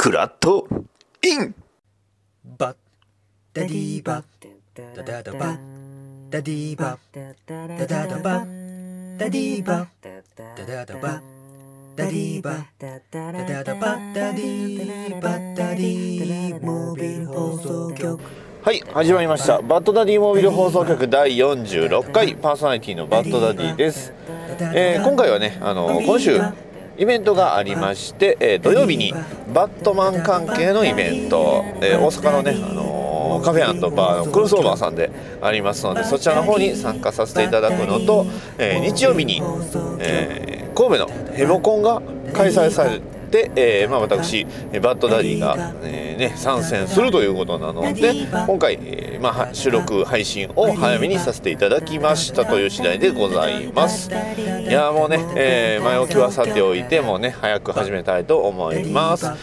クラットイン。 バッダディバダダダバダディバダダダバダディバダダダバダディバダダダバダディバダディモービル放送局。 はい、始まりました。バッドダディモービル放送局第46回パーソナリティのバッドダディです。今回はね、今週イベントがありまして、土曜日にバットマン関係のイベント、大阪のね、カフェ&バーのクロスオーバーさんでありますので、そちらの方に参加させていただくのと、日曜日に、神戸のヘボコンが開催されて、私バッドダディが、参戦するということなので、今回、収録配信を早めにさせていただきましたという次第でございます。いやもうね、前置きはさておいてもうね早く始めたいと思います。はい、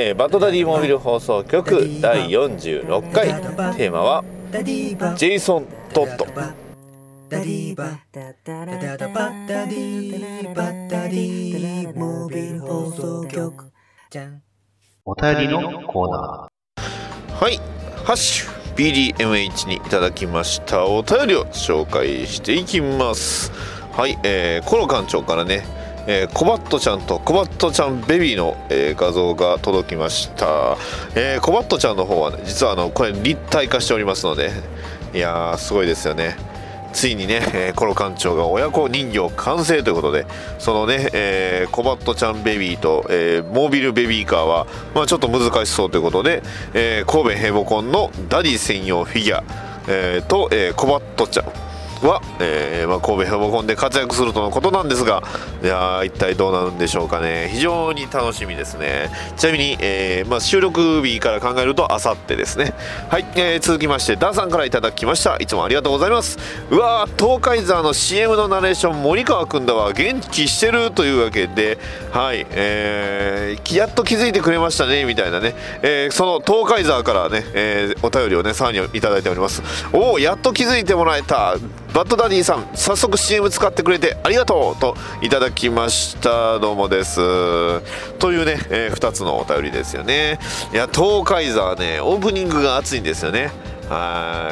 バッドダディモービル放送局第46回、テーマはジェイソン・トッド。 ダディバダダダバダディバダディモービル放送局。じゃん。 お便りのコーナー。はい、ハッシュ BDMH にいただきましたお便りを紹介していきます。はい、コロ館長からね、コバットちゃんとコバットちゃんベビーの、画像が届きました。コバットちゃんの方はね、実はこれ立体化しておりますので、いやーすごいですよね。ついにね、コロ館長が親子人形完成ということで、そのね、コバットちゃんベビーと、モービルベビーカーは、ちょっと難しそうということで、神戸ヘボコンのダディ専用フィギュア、と、コバットちゃんは、神戸ヘボコンで活躍するとのことなんですが、いや一体どうなるんでしょうかね。非常に楽しみですね。ちなみに、収録日から考えるとあさってですね。はい、続きましてダーさんからいただきました。いつもありがとうございます。うわー、東海ザーの CM のナレーション森川くんだわ、元気してるというわけで、はい、やっと気づいてくれましたねみたいなね、その東海ザーからね、お便りをねさらにいただいております。おお、やっと気づいてもらえた。バッドダディさん、早速 CM 使ってくれてありがとうといただきました。どうもですというね、2つのお便りですよね。いや、東海ザーね、オープニングが熱いんですよね。はい、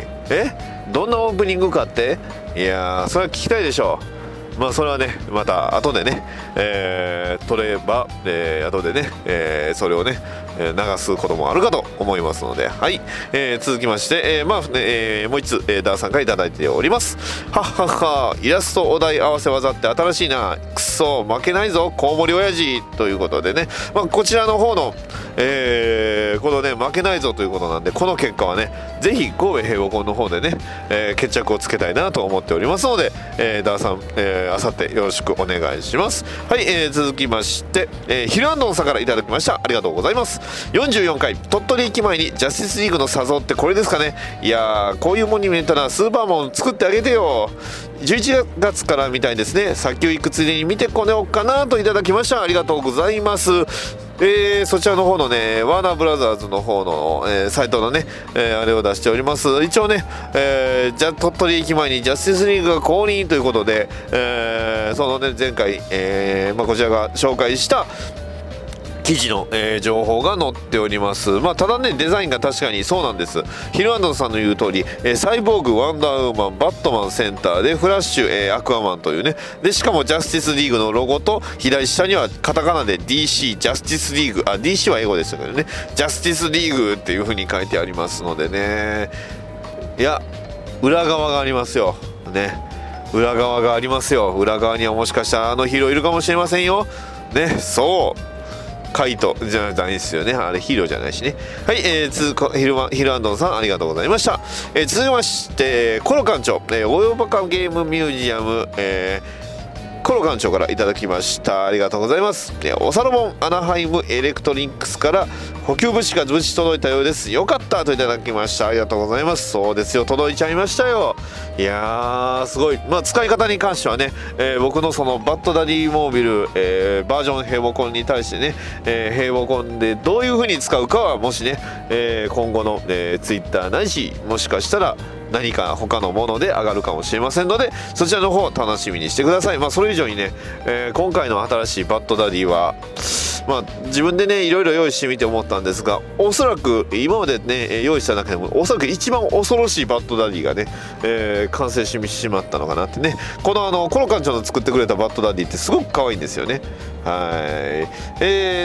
どんなオープニングかって、いやそれは聞きたいでしょう。それはねまた後でね、取れば、後でね、それをね流すこともあるかと思いますので、はい、続きまして、もう一つ、ダーさんからいただいております。はっはっは、イラストお題合わせ技って新しいな、くそ負けないぞコウモリ親父ということでね、こちらの方の、このね負けないぞということなんで、この結果はねぜひ神戸平和コンの方でね、決着をつけたいなと思っておりますので、ダーさん、あさってよろしくお願いします。はい、続きまして、ヒルアンドンさんからいただきました。ありがとうございます。44回鳥取駅前にジャスティスリーグの砂像ってこれですかね。いやー、こういうモニュメントなスーパーモン作ってあげてよ。11月からみたいですね。砂丘行くついでに見てこねおっかなといただきました。ありがとうございます。そちらの方のねワーナーブラザーズの方の、サイトのね、あれを出しております。一応ね、鳥取駅前にジャスティスリーグが降臨ということで、そのね前回、こちらが紹介した記事の、情報が載っております。ただねデザインが確かにそうなんです。ヒルアンドンさんの言う通り、サイボーグ、ワンダーウーマン、バットマンセンターでフラッシュ、アクアマンというね、でしかもジャスティスリーグのロゴと左下にはカタカナで DC ジャスティスリーグ、DC は英語でしたけどね、ジャスティスリーグっていう風に書いてありますのでね、いや裏側がありますよね。裏側がありますよ。裏側にはもしかしたらヒーローいるかもしれませんよね。そうカイトじゃないですよね。あれヒーローじゃないしね。はい、ヒルアンドンさんありがとうございました。続きましてコロ館長、大阪ゲームミュージアム、コロ館長からいただきました。ありがとうございます。おサロモンアナハイムエレクトリックスから補給物資が無事届いたようです。よかったといただきました。ありがとうございます。そうですよ、届いちゃいましたよ。いやーすごい。使い方に関してはね、僕のそのバッドダディモービル、バージョンヘボコンに対してね、ヘボコンでどういう風に使うかはもしね、今後の、ツイッターないしもしかしたら何か他のもので上がるかもしれませんので、そちらの方楽しみにしてください。それ以上にね、今回の新しいバッドダディは自分でねいろいろ用意してみて思ったんですが、おそらく今までね用意した中でもおそらく一番恐ろしいバッドダディがね、完成してしまったのかなってね。このコロ館長の作ってくれたバッドダディってすごく可愛いんですよね。はい。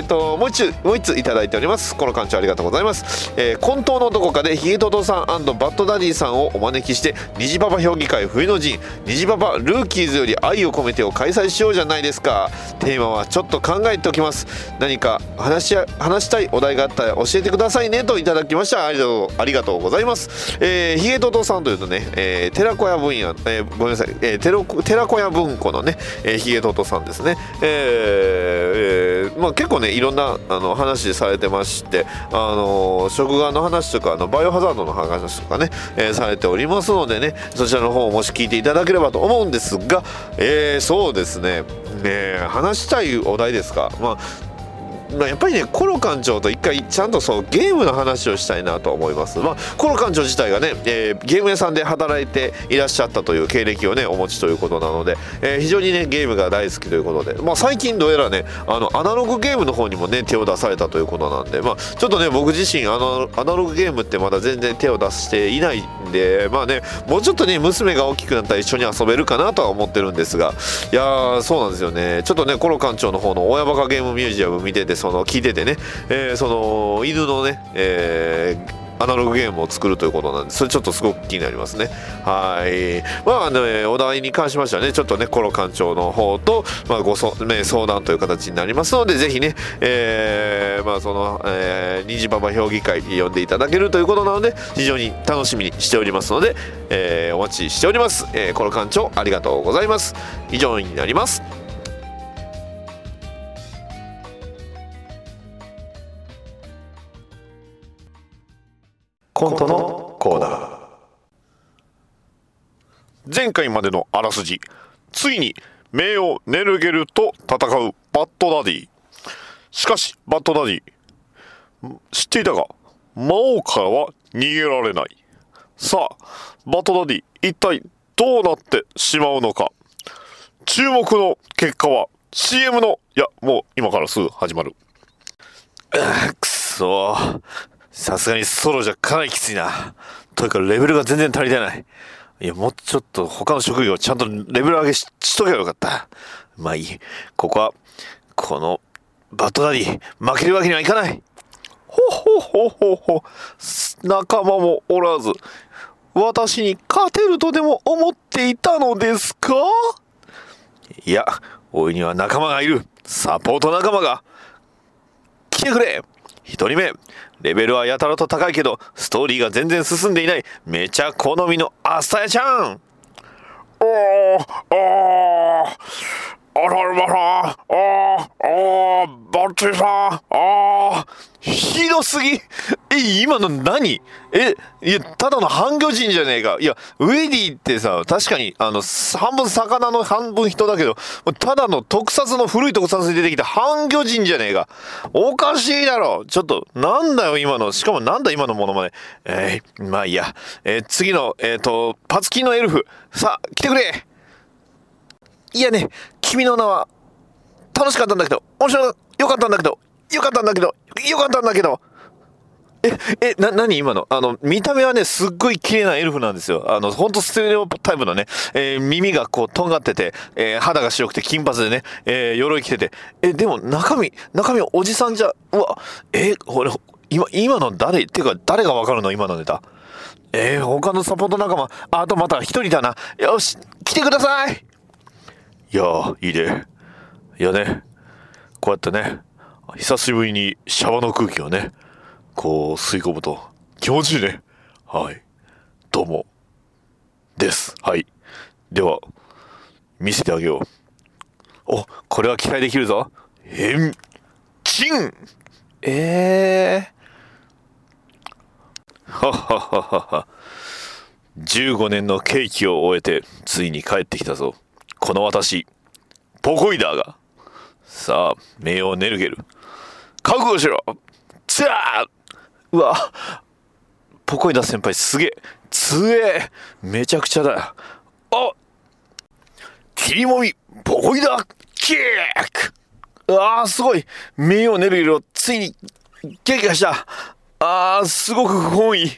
もう一ついただいております。コロ館長ありがとうございます。混沌のどこかでヒゲトトさん&バッドダディさんをお招きして虹パパ評議会冬の陣虹パパルーキーズより愛を込めてを開催しようじゃないですか。テーマはちょっと考えておきます。何か話したいお題があったら教えてくださいねといただきました。ありがとうございます。ヒゲトトさんというとね、寺子屋分野、ごめんなさい、寺子屋文庫のね、ヒゲトトさんですね。結構ねいろんな話されてまして、食玩の話とかバイオハザードの話とかね、されておりますのでね、そちらの方をもし聞いていただければと思うんですが、そうですね、話したいお題ですか。やっぱりねコロ館長と一回ちゃんとゲームの話をしたいなと思います。コロ館長自体がね、ゲーム屋さんで働いていらっしゃったという経歴をねお持ちということなので、非常にねゲームが大好きということで、最近どうやらねアナログゲームの方にもね手を出されたということなんで、ちょっとね僕自身アナログゲームってまだ全然手を出していないんで、もうちょっとね娘が大きくなったら一緒に遊べるかなとは思ってるんですが、いやーそうなんですよね。ちょっとねコロ館長の方の親バカゲームミュージアム見てて聞いててね、犬のね、アナログゲームを作るということなんで、それちょっとすごく気になりますね。はい。お題に関しましてはねちょっとねコロ館長の方と、相談という形になりますので、ぜひね、虹パパ評議会に呼んでいただけるということなので非常に楽しみにしておりますので、お待ちしております。コロ館長ありがとうございます。以上になります。コントのコーナー。前回までのあらすじ、ついに名誉ネルゲルと戦うバッドダディ。しかしバッドダディ、知っていたが魔王からは逃げられない。さあバッドダディ一体どうなってしまうのか。注目の結果は CM のもう今からすぐ始まる。くそー、さすがにソロじゃかなりきついな。というかレベルが全然足りてない。いやもうちょっと他の職業ちゃんとレベル上げしとけばよかった。いい、ここはこのバッドダディ負けるわけにはいかない。仲間もおらず私に勝てるとでも思っていたのですか。いやおいには仲間がいる。サポート仲間が来てくれ。一人目、レベルはやたらと高いけどストーリーが全然進んでいないめちゃ好みのアスタヤちゃん。バッチリさん、ひどすぎ。今の何？いやただの半魚人じゃねえか。いやウェディってさ、確かに半分魚の半分人だけど、ただの古い特撮に出てきた半魚人じゃねえか。おかしいだろ。ちょっとなんだよ今の。しかもなんだ今のものまね。いいや。次のパツキンのエルフ、さあ来てくれ。いやね、君の名は楽しかったんだけど、面白よかったんだけど、何今の見た目はねすっごい綺麗なエルフなんですよ。ほんとステレオタイプのね、耳がこうとんがってて、肌が白くて金髪でね、鎧着てて、でも中身おじさんじゃ、これ今の誰っていうか誰がわかるの今のネタ。他のサポート仲間、あとまた一人だな。よし来てください。いやいいね。いやね、こうやってね久しぶりにシャワの空気をねこう吸い込むと気持ちいいね。はい、どうもです。はい、では見せてあげよう。これは期待できるぞ。変身。15年の刑期を終えてついに帰ってきたぞこの私ポコイダーが。さあ名誉ネルゲル覚悟しろ。つらー。うわポコイダー先輩すげえ強え。めちゃくちゃだ。切りもみポコイダーキック。 すごい。名誉ネルゲルをついに撃破した。すごく不本意。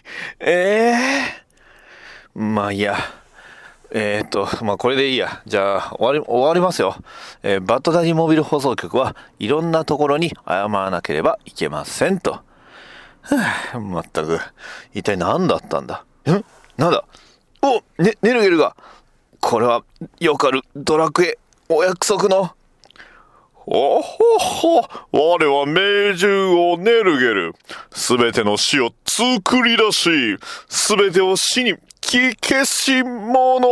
まあいいや。これでいいや。じゃあ終わりますよ。バッドダディモビル放送局はいろんなところに謝らなければいけませんと。まったく一体何だったんだ。なんだ。ネルゲルが。これはよくあるドラクエお約束の。我は名獣王ネルゲル。すべての死を作り出し、すべてを死に消し者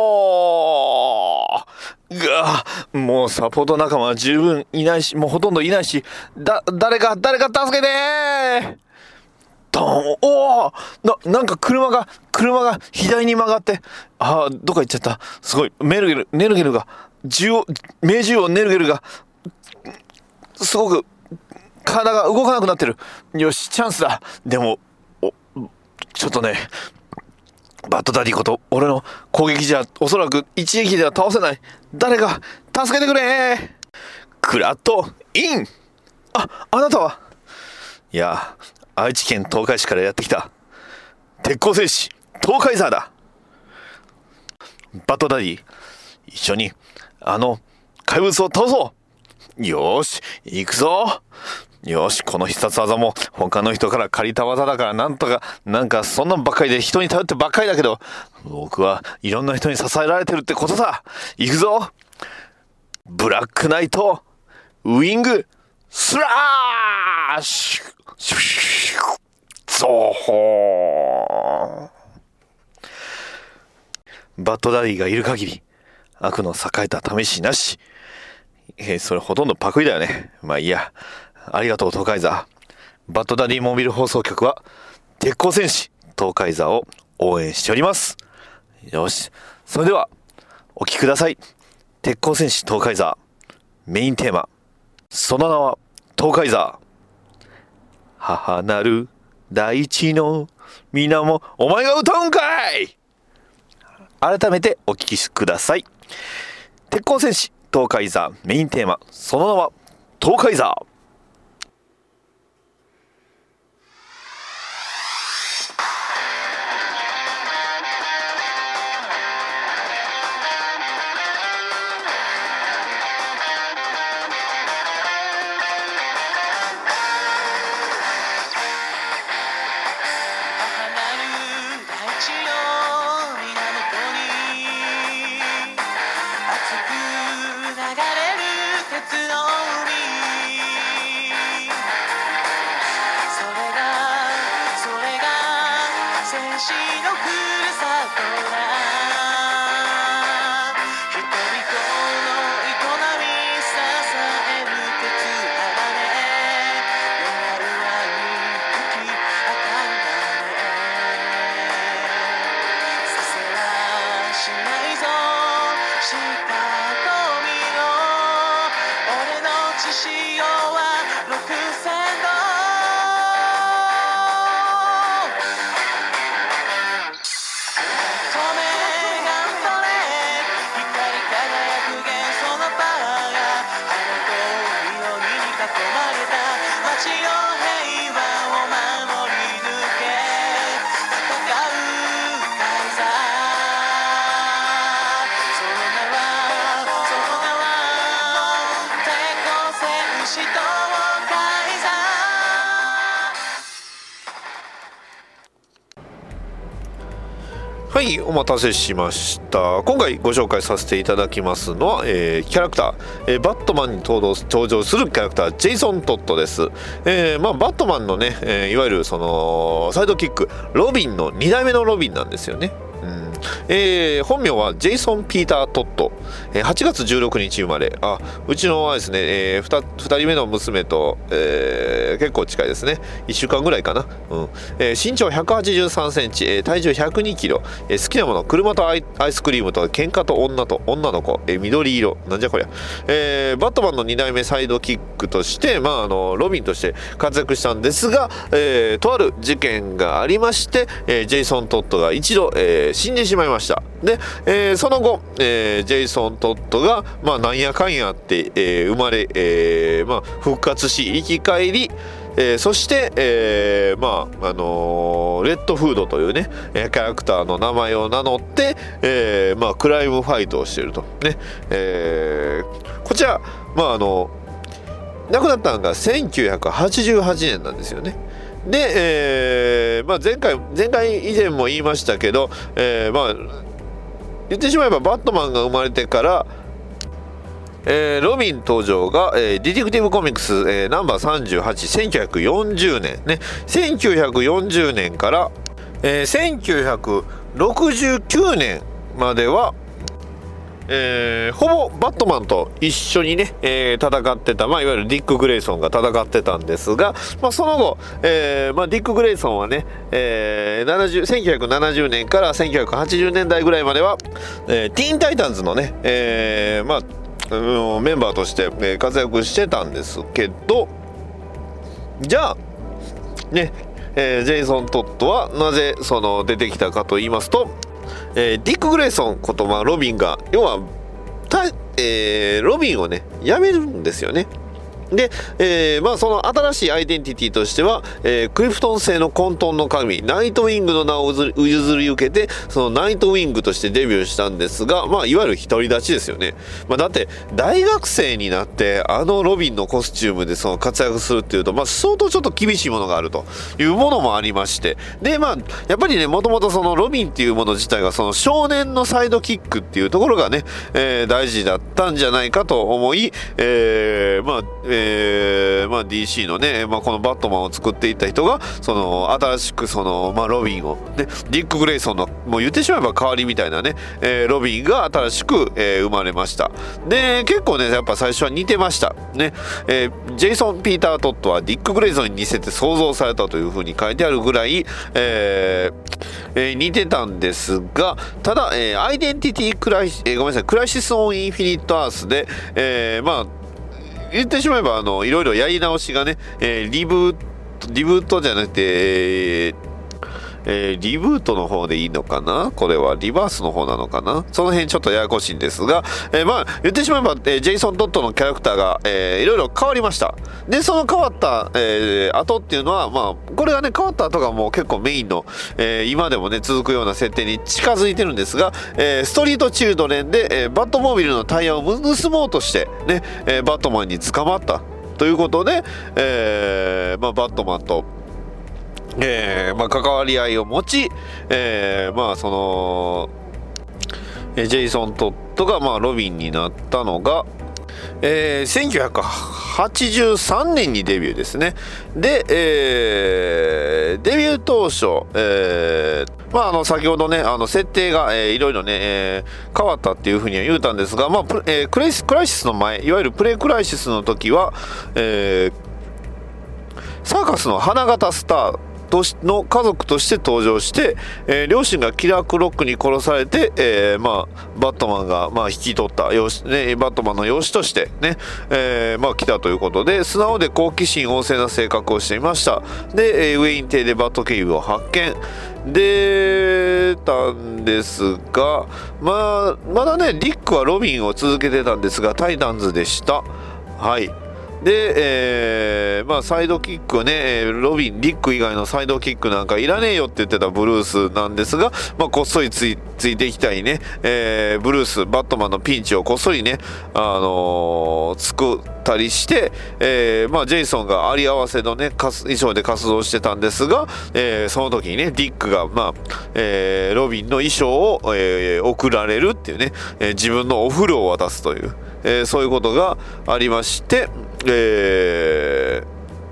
が、もうサポート仲間は十分いないし、もうほとんどいないし、誰か助けてドン。なんか車が左に曲がって、どっか行っちゃった。すごい、ネルゲルが、名獣王ネルゲルが、すごく体が動かなくなってる。よし、チャンスだ。でもちょっとね、バッドダディこと俺の攻撃じゃおそらく一撃では倒せない。誰か助けてくれ。クラッドイン。あなたは。いや、愛知県東海市からやってきた鉄鋼戦士東海ザーだ。バッドダディ、一緒に怪物を倒そう。よし、行くぞ。よし、この必殺技も他の人から借りた技だからなんかそんなんばっかりで人に頼ってばっかりだけど、僕はいろんな人に支えられてるってことさ。行くぞ。ブラックナイトウィングスラッシュゾーホー。バッドダディがいる限り悪の栄えた試しなし。それほとんどパクリだよね。まあいいや。ありがとう東海座。バッドダディモビル放送局は鉄鋼戦士東海座を応援しております。よし、それではお聴きください。鉄鋼戦士東海座メインテーマ、その名は東海座。母なる大地の皆もお前が歌うんかい。改めてお聴きください。鉄鋼戦士東海座メインテーマ、その名は東海座。はい、お待たせしました。今回ご紹介させていただきますのは、キャラクター、バットマンに登場するキャラクタージェイソン・トッドです。バットマンのね、いわゆるそのサイドキックロビンの2代目のロビンなんですよね。本名はジェイソン・ピーター・トッド、8月16日生まれ。うちのはですね、2人目の娘と、結構近いですね。1週間ぐらいかな。身長183センチ、体重102キロ、好きなもの車とアイスクリームと喧嘩と女の子、緑色、なんじゃこりゃ。バットマンの2代目サイドキックとして、ロビンとして活躍したんですが、とある事件がありまして、ジェイソン・トッドが一度、死んでししまいました。で、その後、ジェイソン・トッドが、なんやかんやって、生まれ、復活し生き返り、そして、レッドフードというねキャラクターの名前を名乗って、クライムファイトをしているとね、こちら亡くなったのが1988年なんですよね。で、前回以前も言いましたけど、言ってしまえばバットマンが生まれてからロビン登場が、ディティクティブコミックス、ナンバー38、1940年ね、1940年から、1969年までは、ほぼバットマンと一緒にね、戦ってた、いわゆるディック・グレイソンが戦ってたんですが、その後、ディック・グレイソンはね、1970年から1980年代ぐらいまでは、ティーン・タイタンズのね、メンバーとして活躍してたんですけど、じゃあね、ジェイソン・トッドはなぜ出てきたかと言いますと、ディック・グレイソンことロビンが要はロビンをね辞めるんですよね。で、その新しいアイデンティティとしては、クリプトン星の混沌の神ナイトウィングの名を譲り受けてそのナイトウィングとしてデビューしたんですが、いわゆる独り立ちですよね。だって大学生になってロビンのコスチュームで活躍するっていうと、相当ちょっと厳しいものがあるというものもありまして、でやっぱりねもともとロビンっていうもの自体が少年のサイドキックっていうところがね、大事だったんじゃないかと思い、DC のね、このバットマンを作っていった人が新しくロビンを、ね、ディック・グレイソンのもう言ってしまえば代わりみたいなね、ロビンが新しく、生まれました。で結構ねやっぱ最初は似てましたね、ジェイソン・ピーター・トッドはディック・グレイソンに似せて創造されたというふうに書いてあるぐらい、似てたんですが、ただ、アイデンティティクライシス・オン・インフィニット・アースで、言ってしまえばいろいろやり直しがね、リブートじゃなくて、リブートの方でいいのかな、これはリバースの方なのかな、その辺ちょっとややこしいんですが、言ってしまえば、ジェイソン・トッドのキャラクターが、いろいろ変わりました。でその変わった、後っていうのはこれがね変わった後がもう結構メインの、今でもね続くような設定に近づいてるんですが、ストリートチルドレンで、バットモービルのタイヤを盗もうとしてね、バットマンに捕まったということで、バットマンと関わり合いを持ち、ジェイソン・トッドがロビンになったのが、1983年にデビューですね。で、デビュー当初、先ほどね設定が、いろいろね、変わったっていうふうには言うたんですが、クライシスの前、いわゆるプレクライシスの時は、サーカスの花形スターの家族として登場して、両親がキラークロックに殺されて、バットマンが、引き取ったバットマンの養子としてね、来たということで、素直で好奇心旺盛な性格をしていました。で、ウェイン邸でバットケイブを発見でたんですが、まだねディックはロビンを続けてたんですがタイタンズでした。はい。で、サイドキックね、ロビン、ディック以外のサイドキックなんかいらねえよって言ってたブルースなんですが、こっそりついていきたいね、ブルース、バットマンのピンチをこっそりね、作ったりして、ジェイソンがあり合わせのね、衣装で活動してたんですが、その時にね、ディックが、ロビンの衣装を、送られるっていうね、自分のお風呂を渡すという、そういうことがありまして、ジェ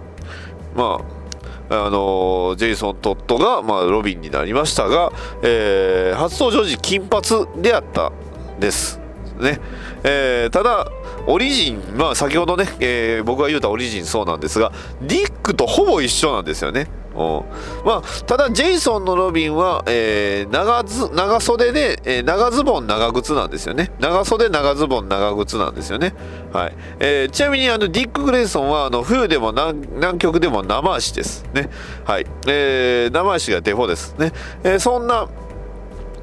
イソン・トッドが、ロビンになりましたが、初登場時金髪であったですね。ただオリジン、先ほどね、僕が言うたオリジンそうなんですが、ディックとほぼ一緒なんですよね。ただジェイソンのロビンは、長袖で、長ズボン長靴なんですよね。長袖長ズボン長靴なんですよね。はい。ちなみにディック・グレイソンは冬でも南極でも生足ですね。はい。生足がデフォですね。そんな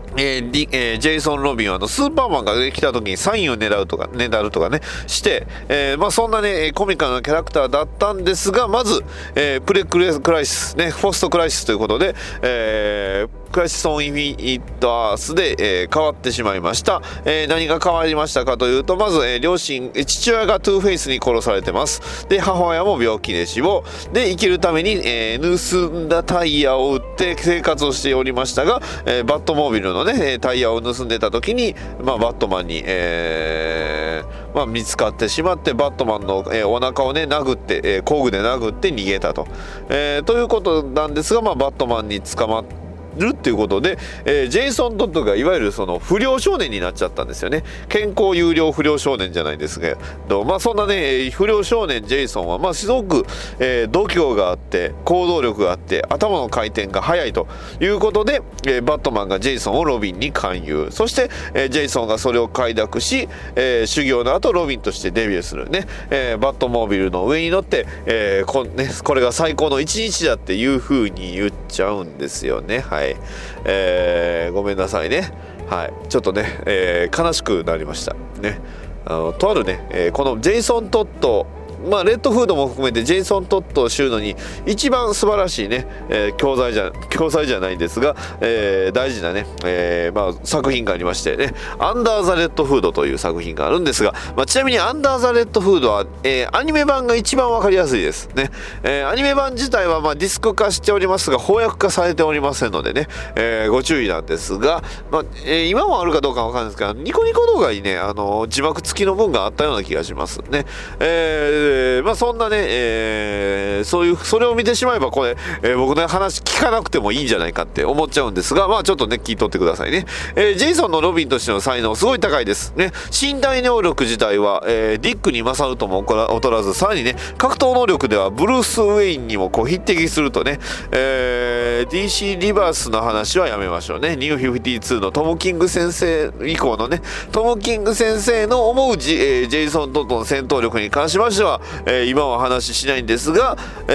ジェイソン・ロビンはスーパーマンが来た時にサインをねだるとかねして、そんなねコミカルなキャラクターだったんですが、まず、プレクライシスね、ポストクライシスということで、クライシス・オン・インフィニット・アースで、変わってしまいました。何が変わりましたかというと、まず、父親がトゥーフェイスに殺されてます。で、母親も病気で死亡で、生きるために、盗んだタイヤを売って生活をしておりましたが、バットモービルのねタイヤを盗んでた時に、バットマンに、見つかってしまって、バットマンの、お腹をね殴って、工具で殴って逃げたと、ということなんですが、バットマンに捕まってるっていうことで、ジェイソン・トッドがいわゆるその不良少年になっちゃったんですよね。健康有料不良少年じゃないですけど、そんなね不良少年ジェイソンはすごく、度胸があって行動力があって頭の回転が速いということで、バットマンがジェイソンをロビンに勧誘、そして、ジェイソンがそれを快諾し、修行の後ロビンとしてデビューするね、バットモービルの上に乗って、これが最高の一日だっていう風に言っちゃうんですよね。はい、ごめんなさいね。はい、ちょっとね、悲しくなりましたね。とあるね、このジェイソン・トッド、レッドフードも含めてジェイソン・トッドを知るのに一番素晴らしいね、教材じゃないんですが、大事なね、作品がありましてね、アンダー・ザ・レッドフードという作品があるんですが、ちなみにアンダー・ザ・レッドフードは、アニメ版が一番わかりやすいですね。アニメ版自体はディスク化しておりますが翻訳化されておりませんのでね、ご注意なんですが、今もあるかどうかわかんないですが、ニコニコ動画にね字幕付きの分があったような気がしますね。そんなね、それを見てしまえばこれ、僕の話聞かなくてもいいんじゃないかって思っちゃうんですが、ちょっとね聞いとってくださいね。ジェイソンのロビンとしての才能すごい高いですね。身体能力自体は、ディックに勝るとも劣らず、さらにね格闘能力ではブルース・ウェインにも匹敵するとね、DC リバースの話はやめましょうね。ニュー52のトム・キング先生以降のねトム・キング先生の思うジェイソン・トッドの戦闘力に関しましては、今は話しないんですが、リ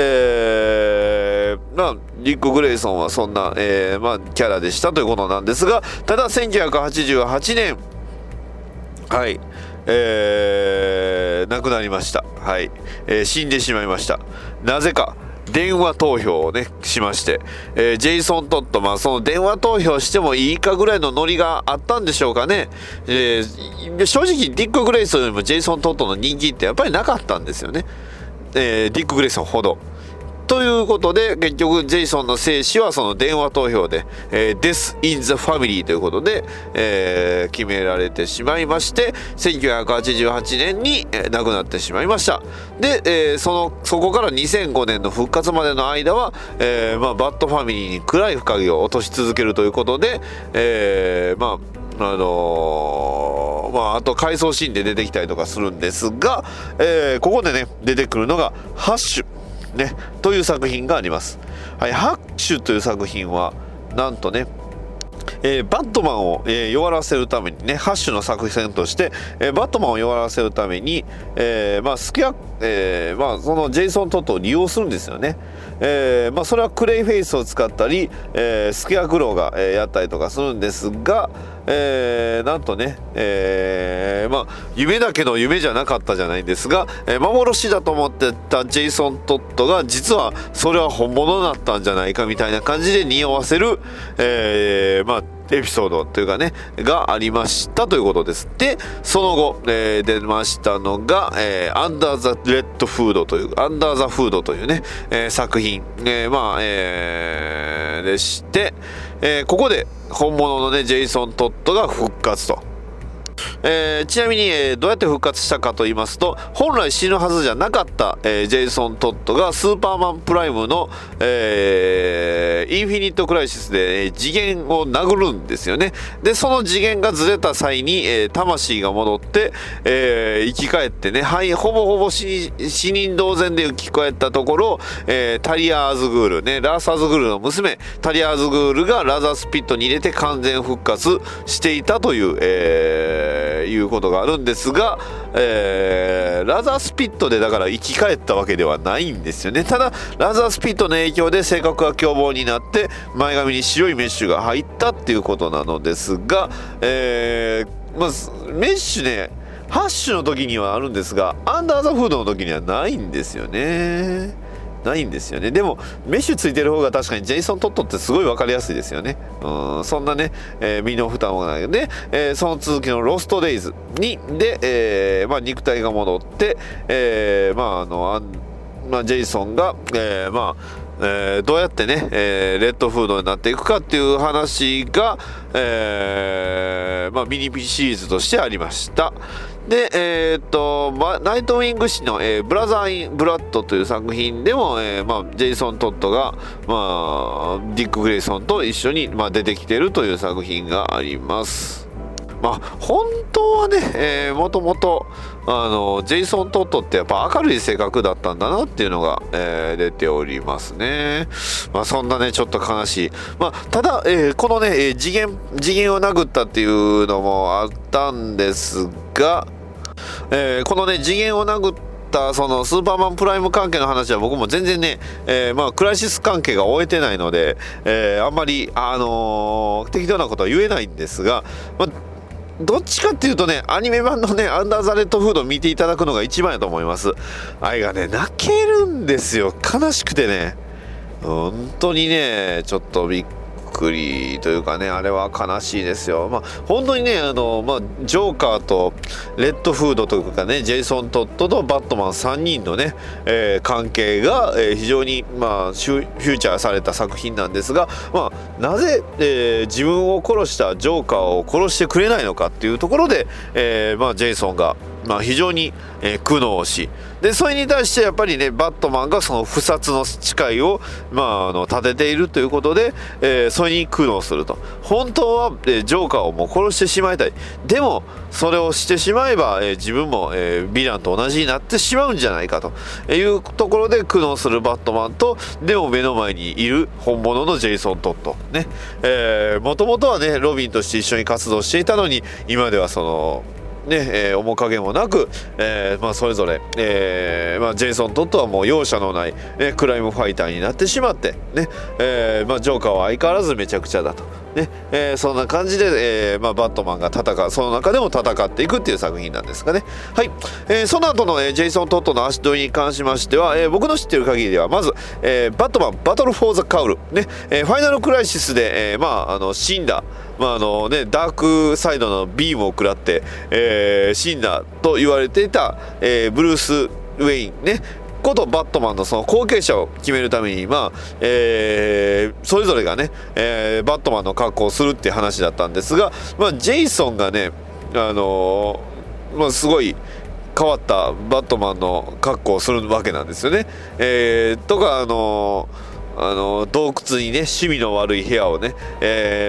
ック・グレイソンはそんな、キャラでしたということなんですが、ただ1988年はい亡くなりました。はい、死んでしまいました。なぜか電話投票をねしまして、ジェイソン・トッド、その電話投票してもいいかぐらいのノリがあったんでしょうかね。正直ディック・グレイソンよりもジェイソン・トッドの人気ってやっぱりなかったんですよね。ディック・グレイソンほど。ということで結局ジェイソンの生死はその電話投票で、Death in the Family ということで、決められてしまいまして、1988年に、亡くなってしまいました。で、そこから2005年の復活までの間は、バッドファミリーに暗い深影を落とし続けるということで、あと回想シーンで出てきたりとかするんですが、ここでね出てくるのがハッシュね、という作品があります。はい、ハッシュという作品はなんとね、バットマンを、弱らせるためにね、ハッシュの作戦として、バットマンを弱らせるために、そのジェイソン・トッドを利用するんですよね。それはクレイフェイスを使ったり、スケアクローが、やったりとかするんですが、なんとね、夢だけど夢じゃなかったじゃないんですが、幻だと思ってたジェイソン・トッドが実はそれは本物だったんじゃないかみたいな感じで匂わせる、エピソードというかねがありましたということです。でその後、出ましたのが、アンダー・ザ・レッドフードというアンダー・ザ・フードというね、作品、でして、ここで本物のねジェイソン・トッドが復活と。ちなみに、どうやって復活したかと言いますと、本来死ぬはずじゃなかった、ジェイソン・トッドがスーパーマンプライムの、インフィニット・クライシスで、次元を殴るんですよね。でその次元がずれた際に、魂が戻って、生き返ってね、はい、ほぼ死人同然で生き返ったところ、タリアーズグールね、ラーサーズグールの娘タリアーズグールがラザースピットに入れて完全復活していたという、 いうことがあるんですが、ラザースピットでだから生き返ったわけではないんですよね。ただラザースピットの影響で性格が凶暴になって前髪に白いメッシュが入ったっていうことなのですが、メッシュねハッシュの時にはあるんですがアンダーザフードの時にはないんですよね。でもメッシュついてる方が確かにジェイソン・トットってすごい分かりやすいですよね。そんなね、身の負担もないので、その続きのロストデイズにで、肉体が戻って、ジェイソンが、どうやってね、レッドフードになっていくかっていう話が、ミニシリーズとしてありました。で、ナイトウィング誌の、ブラザー・イン・ブラッドという作品でも、ジェイソン・トッドが、ディック・グレイソンと一緒に、出てきているという作品があります。本当はね、もともとジェイソン・トッドってやっぱ明るい性格だったんだなっていうのが、出ておりますね。そんなねちょっと悲しい。ただ、このね次元を殴ったっていうのもあったんですが、このね次元を殴ったそのスーパーマンプライム関係の話は僕も全然ね、クライシス関係が終えてないので、あんまり適当なことは言えないんですが、どっちかっていうとねアニメ版のねアンダーザレッドフードを見ていただくのが一番やと思います。愛がね泣けるんですよ。悲しくてね本当にねちょっとびっくりというかねあれは悲しいですよ。本当にねジョーカーとレッドフードというかねジェイソン・トッドとバットマン3人のね、関係が、非常にフューチャーされた作品なんですが、なぜ、自分を殺したジョーカーを殺してくれないのかっていうところで、ジェイソンが非常に、苦悩しでそれに対してやっぱりねバットマンがその不殺の誓いを、立てているということで、それに苦悩すると。本当は、ジョーカーをもう殺してしまいたい。でもそれをしてしまえば、自分も、ヴィランと同じになってしまうんじゃないかというところで苦悩するバットマンと、でも目の前にいる本物のジェイソン・トッドね、もともとはねロビンとして一緒に活動していたのに今ではその面影もなく、それぞれ、ジェイソン・トッドはもう容赦のない、クライムファイターになってしまってね、ジョーカーは相変わらずめちゃくちゃだとね、そんな感じで、バットマンがその中でも戦っていくっていう作品なんですがね。はい、その後の、ジェイソン・トッドの足取りに関しましては、僕の知ってる限りではまず、バットマンバトル・フォー・ザ・カウルね、ファイナル・クライシスで、死んだダークサイドのビームを食らって、死んだと言われていた、ブルース・ウェインねことバットマンのその後継者を決めるためにそれぞれがね、バットマンの格好をするっていう話だったんですが、ジェイソンがねすごい変わったバットマンの格好をするわけなんですよね。とか洞窟にね趣味の悪い部屋をね、ジ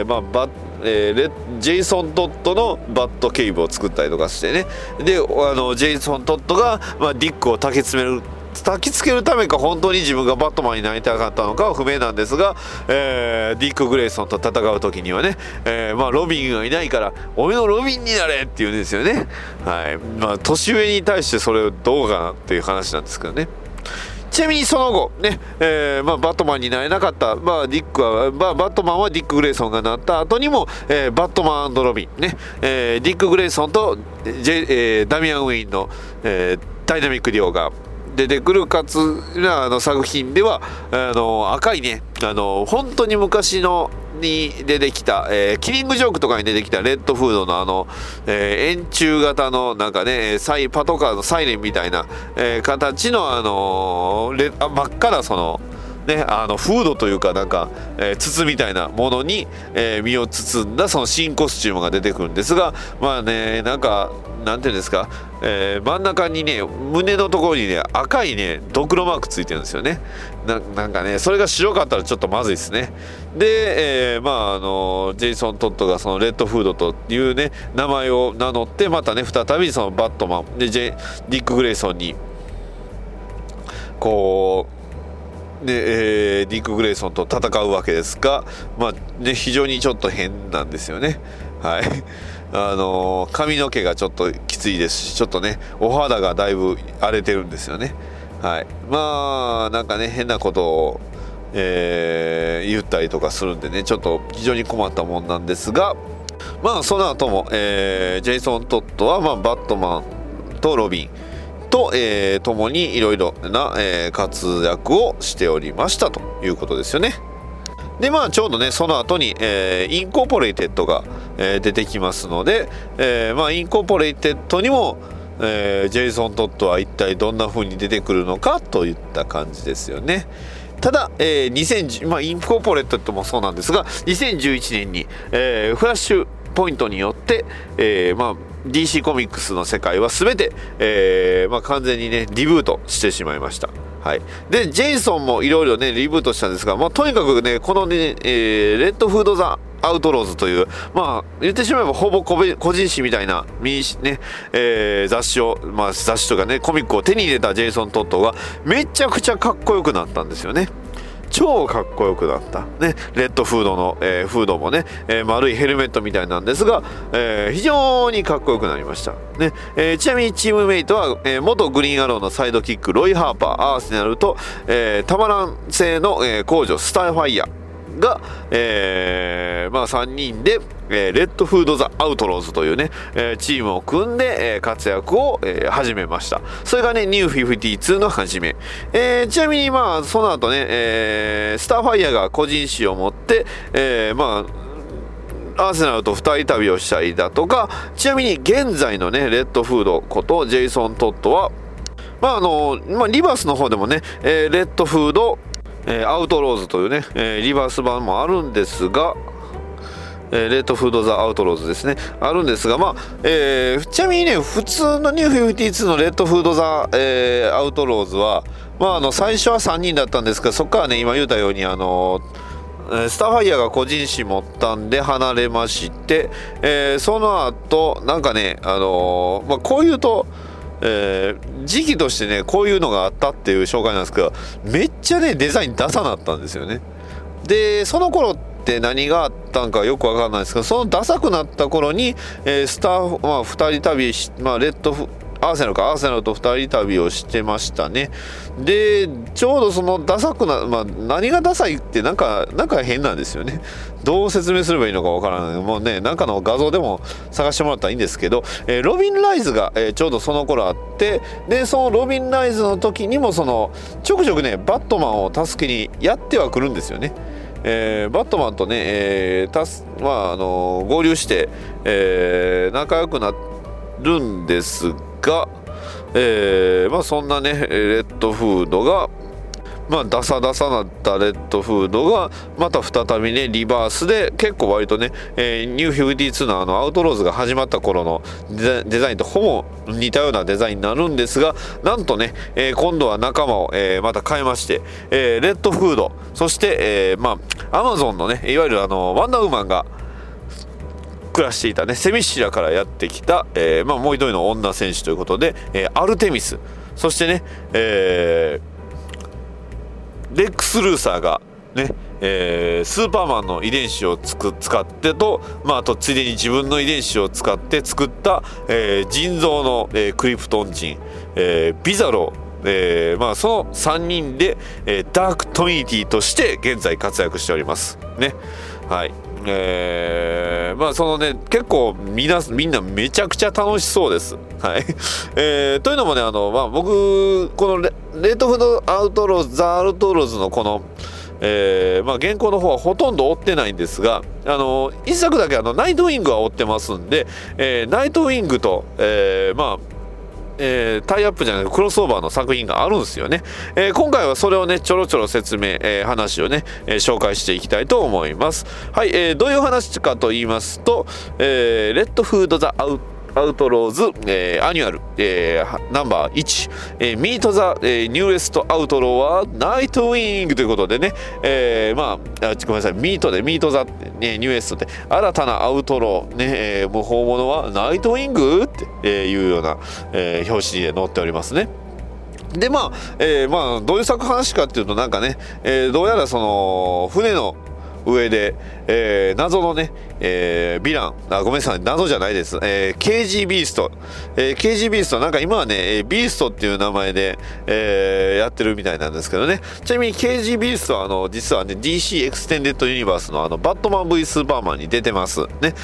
ェイソン・トッドのバットケイブを作ったりとかしてね、でジェイソン・トッドが、ディックを焚きつけるためか本当に自分がバットマンになりたかったのかは不明なんですが、ディック・グレイソンと戦う時にはね、ロビンがいないから俺のロビンになれって言うんですよね。はい、年上に対してそれをどうかなっていう話なんですけどね。ちなみにその後ね、バットマンになれなかった、バットマンはディック・グレイソンがなった後にも、バットマン&ロビンね、ディック・グレイソンとダミアン・ウェインの、ダイナミックデュオが出てくるかつ作品では赤いね本当に昔のに出てきた、キリングジョークとかに出てきたレッドフードの円柱型のなんかねパトカーのサイレンみたいな、形の真っ赤なそのね、フードというかなんか、筒みたいなものに、身を包んだその新コスチュームが出てくるんですが、なんかなんていうんですか、真ん中にね胸のところにね赤いねドクロマークついてるんですよね。なんかねそれが白かったらちょっとまずいですね。で、ジェイソン・トッドがそのレッドフードというね名前を名乗ってまたね再びそのバットマンでディック・グレイソンにこうで、ディック・グレイソンと戦うわけですが、非常にちょっと変なんですよね。はい髪の毛がちょっときついですし、ちょっとねお肌がだいぶ荒れてるんですよね。はい、まあなんかね変なことを、言ったりとかするんでね、ちょっと非常に困ったもんなんですが、まあその後も、ジェイソン・トッドは、まあ、バットマンとロビンと、共にいろいろな、活躍をしておりましたということですよね。でまあちょうどねその後に、インコーポレイテッドが、出てきますので、まあインコーポレイテッドにも、ジェイソン・トッドは一体どんな風に出てくるのかといった感じですよね。ただ、まあ、インコーポレットもそうなんですが2011年に、フラッシュポイントによって、まあ、DC コミックスの世界は全て、まあ、完全にねリブートしてしまいました。はい、でジェイソンもいろいろねリブートしたんですが、まあ、とにかくねこのね、レッドフード・ザ・アウトローズという、まあ言ってしまえばほぼ個人誌みたいなね、雑誌を、まあ雑誌とかねコミックを手に入れたジェイソン・トッドがめちゃくちゃかっこよくなったんですよね。超かっこよくなったね。レッドフードの、フードもね、丸いヘルメットみたいなんですが、非常にかっこよくなりましたね。ちなみにチームメイトは、元グリーンアローのサイドキックロイ・ハーパー、アーセナルと、タマラン製の、工場スターファイヤーが、まあ3人で、レッドフード・ザ・アウトローズというね、チームを組んで、活躍を、始めました。それがねニュー52の始め、ちなみにまあその後ね、スターファイヤーが個人誌を持って、まあアーセナルと2人旅をしたりだとか、ちなみに現在のねレッドフードことジェイソン・トッドはまあまあ、リバースの方でもね、レッドフードアウトローズというね、リバース版もあるんですが、レッドフード・ザ・アウトローズですねあるんですが、まあちなみにね普通のニュー52のレッドフード・ザ・アウトローズは、まあ、最初は3人だったんですが、そこからね今言ったようにスターファイヤーが個人誌持ったんで離れまして、その後なんかねまあ、こういうと時期としてねこういうのがあったっていう紹介なんですけど、めっちゃねデザインダサなったんですよね。でその頃って何があったんかよくわかんないですけど、そのダサくなった頃に、スター、まあ、2人旅まあ、アーセナルと2人旅をしてましたね。でちょうどそのダサくな、まあ、何がダサいってなんか変なんですよね。どう説明すればいいのかわからない。もうねなんかの画像でも探してもらったらいいんですけど、ロビン・ライズが、ちょうどその頃あって、でそのロビン・ライズの時にもそのちょくちょくねバットマンを助けにやってはくるんですよね。バットマンとね、まあ、合流して、仲良くなるんですが、まあ、そんなねレッドフードが、まあ、ダサなったレッドフードがまた再びねリバースで結構割とね、ニュー52のアウトローズが始まった頃のデザインとほぼ似たようなデザインになるんですが、なんとね、今度は仲間を、また変えまして、レッドフードそして、まあアマゾンのねいわゆるワンダーウーマンが暮らしていたねセミシラからやってきた、まあ、もう一人の女選手ということで、アルテミスそしてね、レックス・ルーサーがね、スーパーマンの遺伝子を使ってと、まあ、あとついでに自分の遺伝子を使って作った、人造の、クリプトン人、ビザロー、まあ、その3人で、ダークトミニティとして現在活躍しておりますね。はい、まあそのね結構みんなめちゃくちゃ楽しそうです。はい、というのもねまあ、僕このレッドフードアウトローズザ・アウトローズのこの、まあ、原稿の方はほとんど追ってないんですが、一作だけナイトウィングは追ってますんで、ナイトウィングと、まあタイアップじゃなくクロスオーバーの作品があるんですよね。今回はそれをねちょろちょろ説明、話をね、紹介していきたいと思います。はい、どういう話かと言いますと、レッドフード・ザ・アウトローズ、アニュアル、ナンバー1、ミート・ザ・ニューエスト・アウトローはナイトウィングということでね、まあごめんなさいミート・ザ、ね、ニューエストって新たなアウトロー、ね無法者はナイトウィングっていうような、表紙で載っておりますね。でまあ、まあどういう作話かっていうとなんかね、どうやらその船の上で、謎のね、ヴィラン、ごめんなさい、謎じゃないです、KG ビースト、KG ビーストなんか今はね、ビーストっていう名前で、やってるみたいなんですけどね。ちなみに KG ビーストは実はね DC エクステンデッドユニバースのバットマン V スーパーマンに出てますね。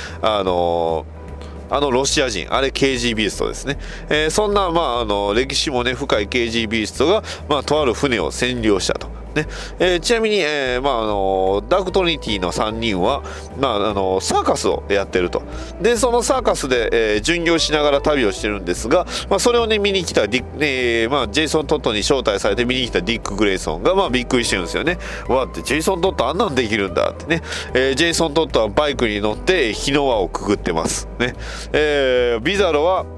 ロシア人、あれ KG ビーストですね。そんな、歴史もね、深い KG ビーストが、とある船を占領したと。ねちなみに、ダークトリニティの3人は、サーカスをやってると。で、そのサーカスで、巡業しながら旅をしてるんですが、それをね、見に来たジェイソン・トットに招待されて見に来たディック・グレイソンが、びっくりしてるんですよね。わーって、ジェイソン・トットあんなんできるんだってね。ジェイソン・トットはバイクに乗って火の輪をくぐってます。ねビザロは、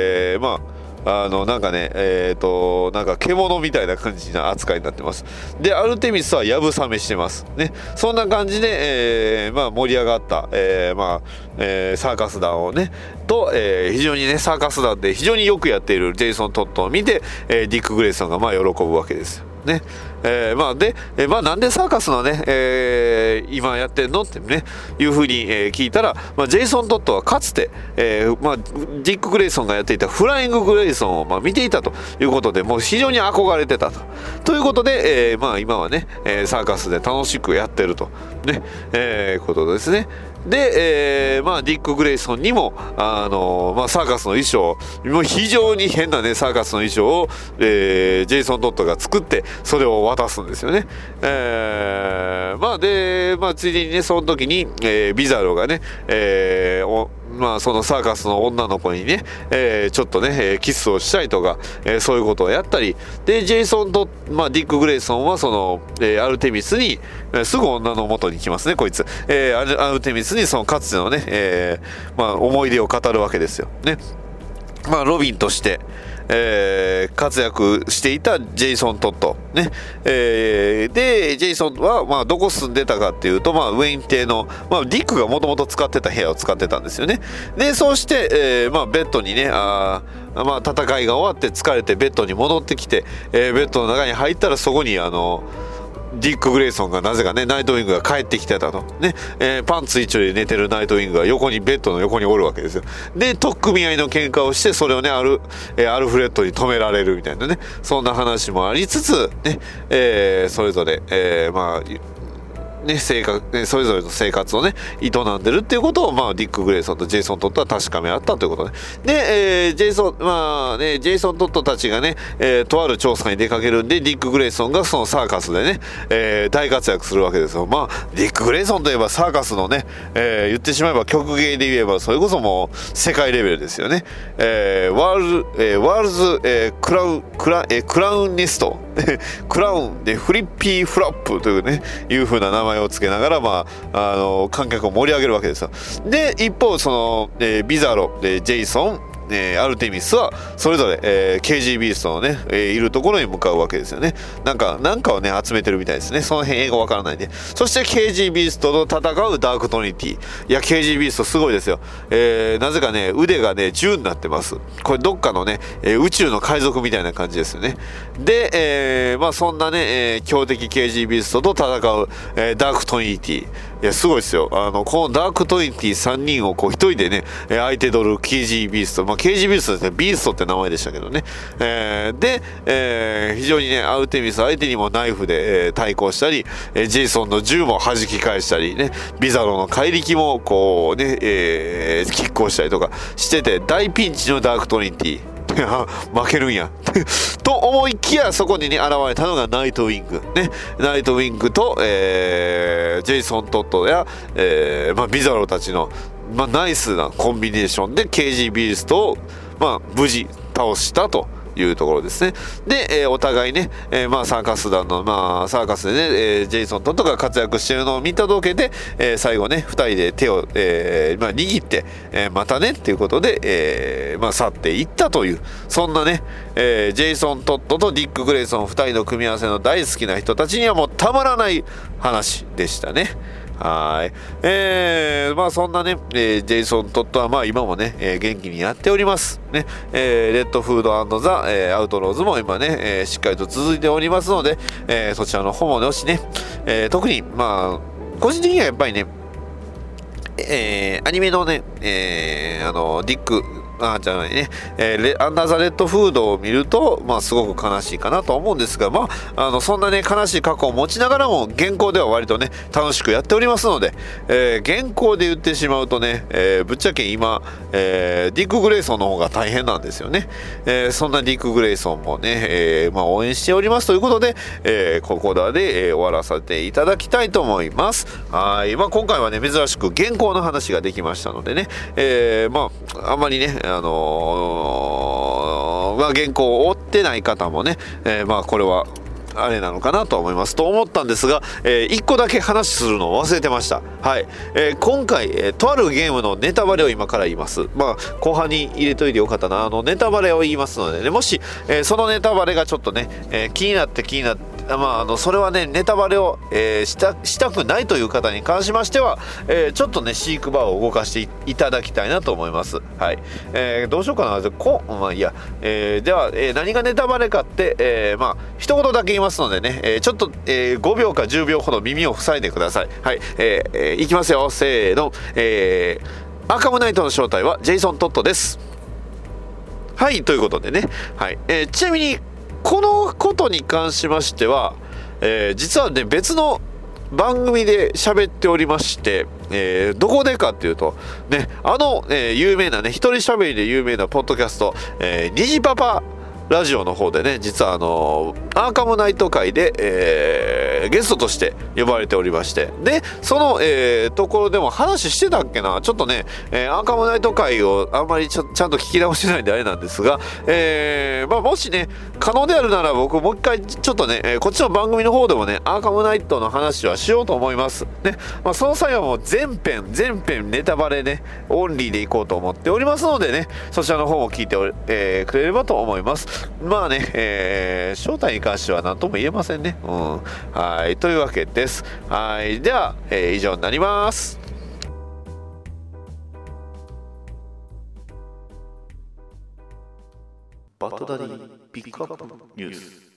なんかね、なんか獣みたいな感じな扱いになってます。で、アルテミスはやぶさめしてますね。そんな感じで、盛り上がった、サーカス団をねと、非常にねサーカス団で非常によくやっているジェイソン・トットを見て、ディック・グレイソンが喜ぶわけですよね。なんでサーカスのね、今やってんのってねいうふうに、聞いたら、ジェイソン・トットはかつて、ディック・グレイソンがやっていたフライング・グレイソンを、見ていたということで、もう非常に憧れてたということで、今はね、サーカスで楽しくやってるとね、ことですね。で、ディック・グレイソンにも、サーカスの衣装、もう非常に変なねサーカスの衣装を、ジェイソン・トットが作ってそれを渡すんですよね。ついでにねその時に、ビザロがね、そのサーカスの女の子にね、ちょっとねキスをしたりとか、そういうことをやったりで、ジェイソンと、ディック・グレイソンはその、アルテミスに、すぐ女の元に来ますねこいつ、アルテミスにそのかつてのね、思い出を語るわけですよね。ロビンとして、活躍していたジェイソン・トット、ねでジェイソンは、どこ住んでたかっていうと、ウェイン邸の、ディックがもともと使ってた部屋を使ってたんですよね。でそうして、ベッドにね戦いが終わって疲れてベッドに戻ってきて、ベッドの中に入ったらそこにディック・グレイソンがなぜかねナイトウィングが帰ってきてたとね、パンツ一丁で寝てるナイトウィングが横にベッドの横におるわけですよ。で取っ組み合いの喧嘩をしてそれをねアルフレッドに止められるみたいなね、そんな話もありつつね、それぞれ、それぞれの生活をね営んでるっていうことを、ディック・グレイソンとジェイソン・トットは確かめ合ったということで、ジェイソン・トットたちがね、とある調査に出かけるんでディック・グレイソンがそのサーカスでね、大活躍するわけですよ。ディック・グレイソンといえばサーカスのね、言ってしまえば曲芸で言えばそれこそもう世界レベルですよね。ワールズ、クラウンニストクラウンでフリッピーフラップというねいう風な名前をつけながら、観客を盛り上げるわけですよ。で一方その、ビザロ、ジェイソン、アルテミスはそれぞれ、KG ビーストのね、いるところに向かうわけですよね。なんかをね集めてるみたいですね。その辺英語わからないんで。そして KG ビーストと戦うダークトリニティ。いや KG ビーストすごいですよ。なぜかね腕がね銃になってます。これどっかのね、宇宙の海賊みたいな感じですよね。で、そんなね、強敵 KG ビーストと戦う、ダークトリニティ。いやすごいですよ。このダークトリニティ3人をこう一人でね相手取る KG ビースト、KG ビーストですね、ビーストって名前でしたけどね、で、非常にねアルテミス相手にもナイフで、対抗したり、ジェイソンの銃も弾き返したりね、ビザロの怪力もこうね、拮抗したりとかしてて大ピンチのダークトリニティ負けるんやと思いきやそこにね現れたのがナイトウィングね。ナイトウィングと、ジェイソン・トットや、ビザロたちの、ナイスなコンビネーションで KG ビーストを、無事倒したというところですね。で、お互いね、サーカス団の、サーカスでね、ジェイソン・トットが活躍しているのを見届けて、最後ね2人で手を、握って、またねっていうことで、去っていったというそんなね、ジェイソン・トットとディック・グレイソン2人の組み合わせの大好きな人たちにはもうたまらない話でしたね。はい。そんなね、ジェイソン・トットは今もね、元気にやっておりますね。レッドフード&ザ・アウトローズも今ね、しっかりと続いておりますので、そちらの方もよしね、特に個人的にはやっぱりね、アニメのね、ディックじゃないね、アンダーザレッドフードを見ると、すごく悲しいかなと思うんですが、そんなね悲しい過去を持ちながらも現行では割とね楽しくやっておりますので、現行で言ってしまうとね、ぶっちゃけ今、ディック・グレイソンの方が大変なんですよね。そんなディック・グレイソンもね、応援しておりますということで、ここで、終わらせていただきたいと思います。はい、今回はね珍しく現行の話ができましたのでね、あんまりね原稿を追ってない方もね、これはあれなのかなと思いますと思ったんですが、1個だけ話するのを忘れてました。はい、今回、とあるゲームのネタバレを今から言います。後半に入れといてよかったな。ネタバレを言いますのでね、もし、そのネタバレがちょっとね、気になってそれはねネタバレを、したくないという方に関しましては、ちょっとねシークバーを動かしていただきたいなと思います。はい、どうしようかな。いいや、では、何がネタバレかって、一言だけ言いますのでね、ちょっと、5秒か10秒ほど耳を塞いでください。はい、いきますよ。せーの、アーカムナイトの正体はジェイソン・トッドです。はい、ということでね、はい、ちなみにこのことに関しましては、実はね別の番組で喋っておりまして、どこでかっていうとね、有名なね一人喋りで有名なポッドキャスト、虹パパラジオの方でね、実はアーカムナイト会で、ゲストとして呼ばれておりまして、でその、ところでも話してたっけな、ちょっとね、アーカムナイト会をあんまりちゃんと聞き直してないんであれなんですが、もしね可能であるなら僕もう一回ちょっとね、こっちの番組の方でもねアーカムナイトの話はしようと思いますね。その際はもう全編ネタバレねオンリーでいこうと思っておりますのでね、そちらの方も聞いてくれればと思います。正体に関しては何とも言えませんね。はい、というわけです。はい、では、以上になります。バッドダディピックアップニュース。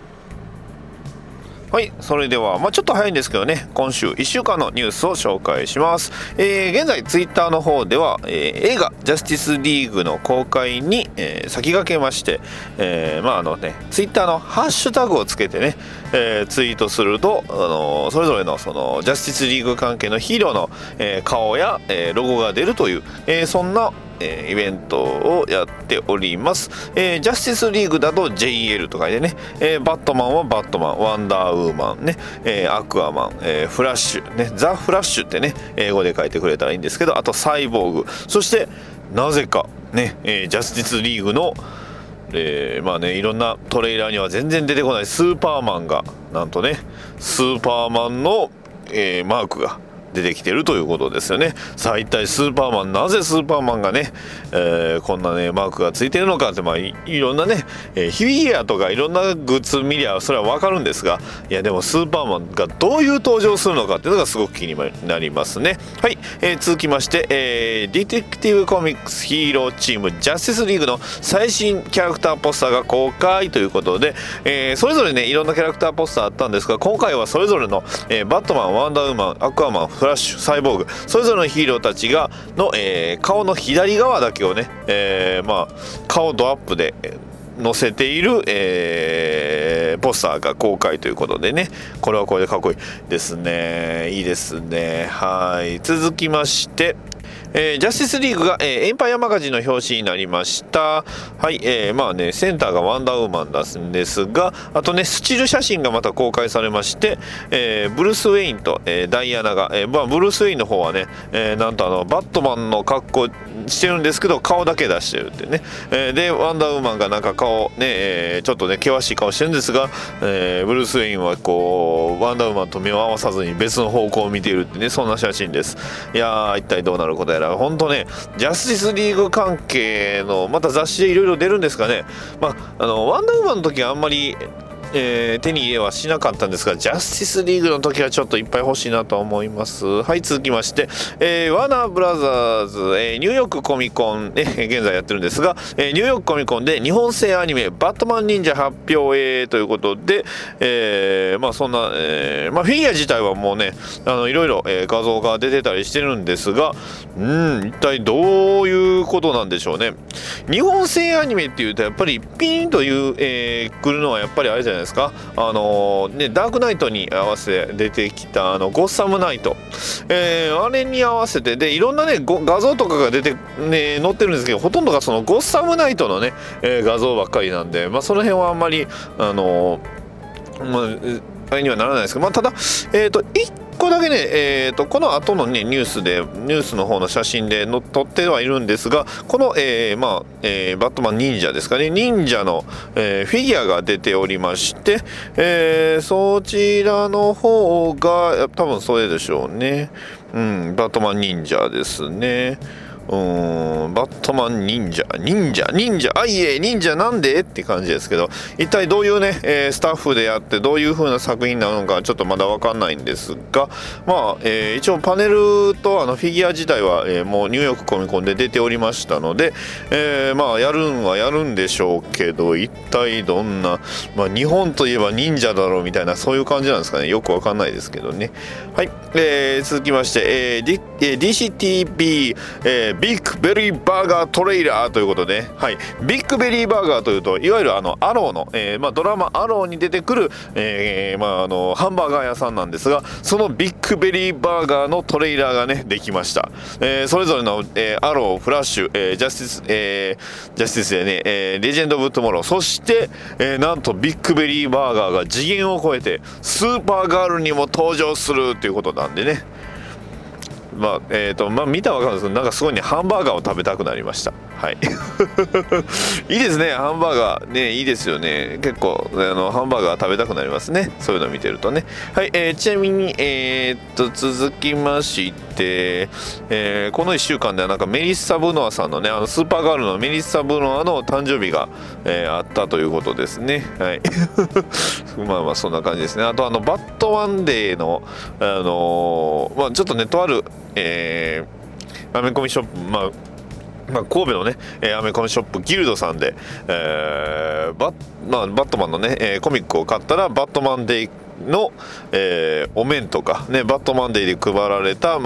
はい、それでは、ちょっと早いんですけどね、今週1週間のニュースを紹介します。現在ツイッターの方では、映画ジャスティスリーグの公開に、先駆けまして、ツイッターのハッシュタグをつけてね、ツイートするとそれぞれのそのジャスティスリーグ関係のヒーローの、顔や、ロゴが出るという、そんなイベントをやっております。ジャスティスリーグだと JL とかでね、バットマンはバットマン、ワンダーウーマンね、アクアマン、フラッシュね、ザ・フラッシュってね英語で書いてくれたらいいんですけど、あとサイボーグ、そしてなぜかね、ジャスティスリーグのいろんなトレーラーには全然出てこないスーパーマンがなんとねスーパーマンの、マークが出てきてるということですよね。さあ一体スーパーマン、なぜスーパーマンがね、こんなねマークがついてるのかって、いろんなね、フィギュアとかいろんなグッズ見りゃそれは分かるんですが、いやでもスーパーマンがどういう登場するのかっていうのがすごく気になりますね。はい、続きまして、ディテクティブコミックスヒーローチームジャスティスリーグの最新キャラクターポスターが公開ということで、それぞれねいろんなキャラクターポスターあったんですが、今回はそれぞれの、バットマン、ワンダーウーマン、アクアマン、フラッシュ、サイボーグ、それぞれのヒーローたちがの、顔の左側だけをね、顔ドアップで載せている、ポスターが公開ということでね、これはこれでかっこいいですね。いいですね。はい、続きましてジャスティスリーグが、エンパイアマガジンの表紙になりました。はい、センターがワンダーウーマンなんですが、あとねスチール写真がまた公開されまして、ブルース・ウェインと、ダイアナが、ブルース・ウェインの方はね、なんとバットマンの格好してるんですけど顔だけ出してるってね、でワンダーウーマンがなんか顔ね、ちょっとね険しい顔してるんですが、ブルース・ウェインはこうワンダーウーマンと目を合わさずに別の方向を見ているってね、そんな写真です。いやー一体どうなることやら、本当ねジャスティスリーグ関係のまた雑誌でいろいろ出るんですかね。ワンダーウーマンの時はあんまり手に入れはしなかったんですが、ジャスティスリーグの時はちょっといっぱい欲しいなと思います。はい、続きまして、ワーナーブラザーズ、ニューヨークコミコン、現在やってるんですが、ニューヨークコミコンで日本製アニメバットマン忍者発表、ということで、そんな、フィギュア自体はもうねいろいろ、画像が出てたりしてるんですが、一体どういうことなんでしょうね。日本製アニメっていうとやっぱりピーンという、来るのはやっぱりあれじゃないですか。ダークナイトに合わせて出てきたゴッサムナイト、あれに合わせてでいろんなね画像とかが出て、載ってるんですけど、ほとんどがそのゴッサムナイトのね、画像ばっかりなんで、その辺はあんまりあれにはならないですけど、ただ1個だけね、この後のねニュースの方の写真で撮ってはいるんですが、この、バットマン忍者ですかね、忍者の、フィギュアが出ておりまして、そちらの方が多分それでしょうね。バットマン忍者ですね。バットマン忍者あいえ忍者なんでって感じですけど、一体どういうね、スタッフでやってどういう風な作品なのかちょっとまだ分かんないんですが、一応パネルとフィギュア自体は、もうニューヨークコミコンで出ておりましたので、やるんはやるんでしょうけど、一体どんな、日本といえば忍者だろうみたいなそういう感じなんですかね。よく分かんないですけどね。はい、続きまして、DCTV、ビッグベリーバーガートレーラーということで、はい、ビッグベリーバーガーというといわゆるアローの、ドラマアローに出てくる、ハンバーガー屋さんなんですが、そのビッグベリーバーガーのトレーラーがねできました。それぞれの、アロー、フラッシュ、ジャスティスでね、レジェンド・オブ・トゥモロー、そして、なんとビッグベリーバーガーが次元を超えてスーパーガールにも登場するということなんでね、見たら分かるんですけど、なんかすごいねハンバーガーを食べたくなりました。はいいいですね、ハンバーガーね、いいですよね。結構ハンバーガー食べたくなりますね、そういうの見てるとね。はい、ちなみに続きまして、この1週間ではなんかメリッサ・ブノアさんのねスーパーガールのメリッサ・ブノアの誕生日が、あったということですね。はいそんな感じですね。あとバットマンデーのちょっとねとあるアメコミショップ、神戸のねアメコミショップギルドさんで、バットマンのね、コミックを買ったらバットマンデーの、お面とかね、バットマンデーで配られた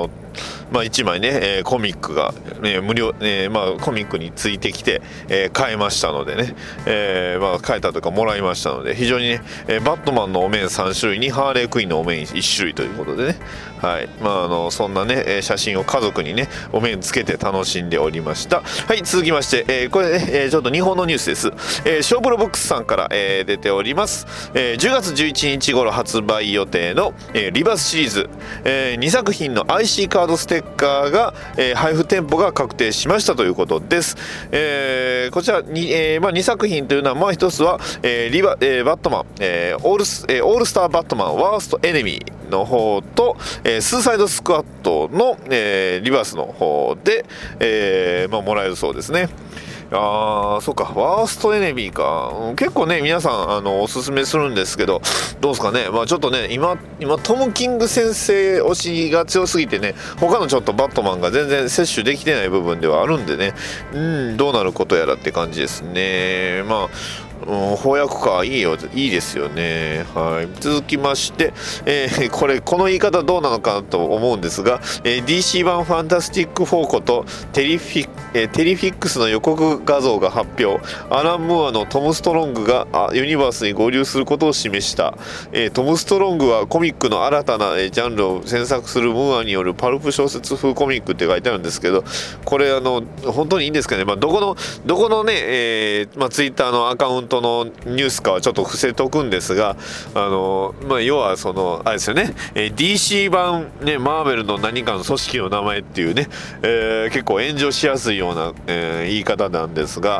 1枚ね、コミックが、無料、コミックについてきて、買えましたのでね、買えたとかもらいましたので、非常にね、バットマンのお面3種類にハーレークイーンのお面1種類ということでね、はい、そんなね写真を家族にねお面つけて楽しんでおりました。はい、続きまして、これね、ちょっと日本のニュースです。ショープロボックスさんから、出ております。10月11日頃発売予定の、リバースシリーズ、2作品の IC カードステッカーが、配布店舗が確定しましたということです。こちらに、2作品というのは、一つは、バットマン、オールスターバットマンワーストエネミーの方と、スーサイドスクワットの、リバースの方で、もらえるそうですね。そうか、ワーストエネミーか。結構ね皆さんおすすめするんですけど、どうですかね。ちょっとね今トム・キング先生推しが強すぎてね、他のちょっとバットマンが全然摂取できてない部分ではあるんでね、どうなることやらって感じですね。翻訳かいいですよね。はい、続きまして、この言い方どうなのかなと思うんですが、DC 版ファンタスティック4ことテリフィックスの予告画像が発表。アラン・ムーアのトム・ストロングがユニバースに合流することを示した。トム・ストロングはコミックの新たなジャンルを詮索するムーアによるパルプ小説風コミックって書いてあるんですけど、これ本当にいいんですかね。どこのね、ツイッターのアカウントのニュースかはちょっと伏せとくんですが、要はあれですよね、DC 版ねマーベルの何かの組織の名前っていうね、結構炎上しやすいような、言い方なんですが、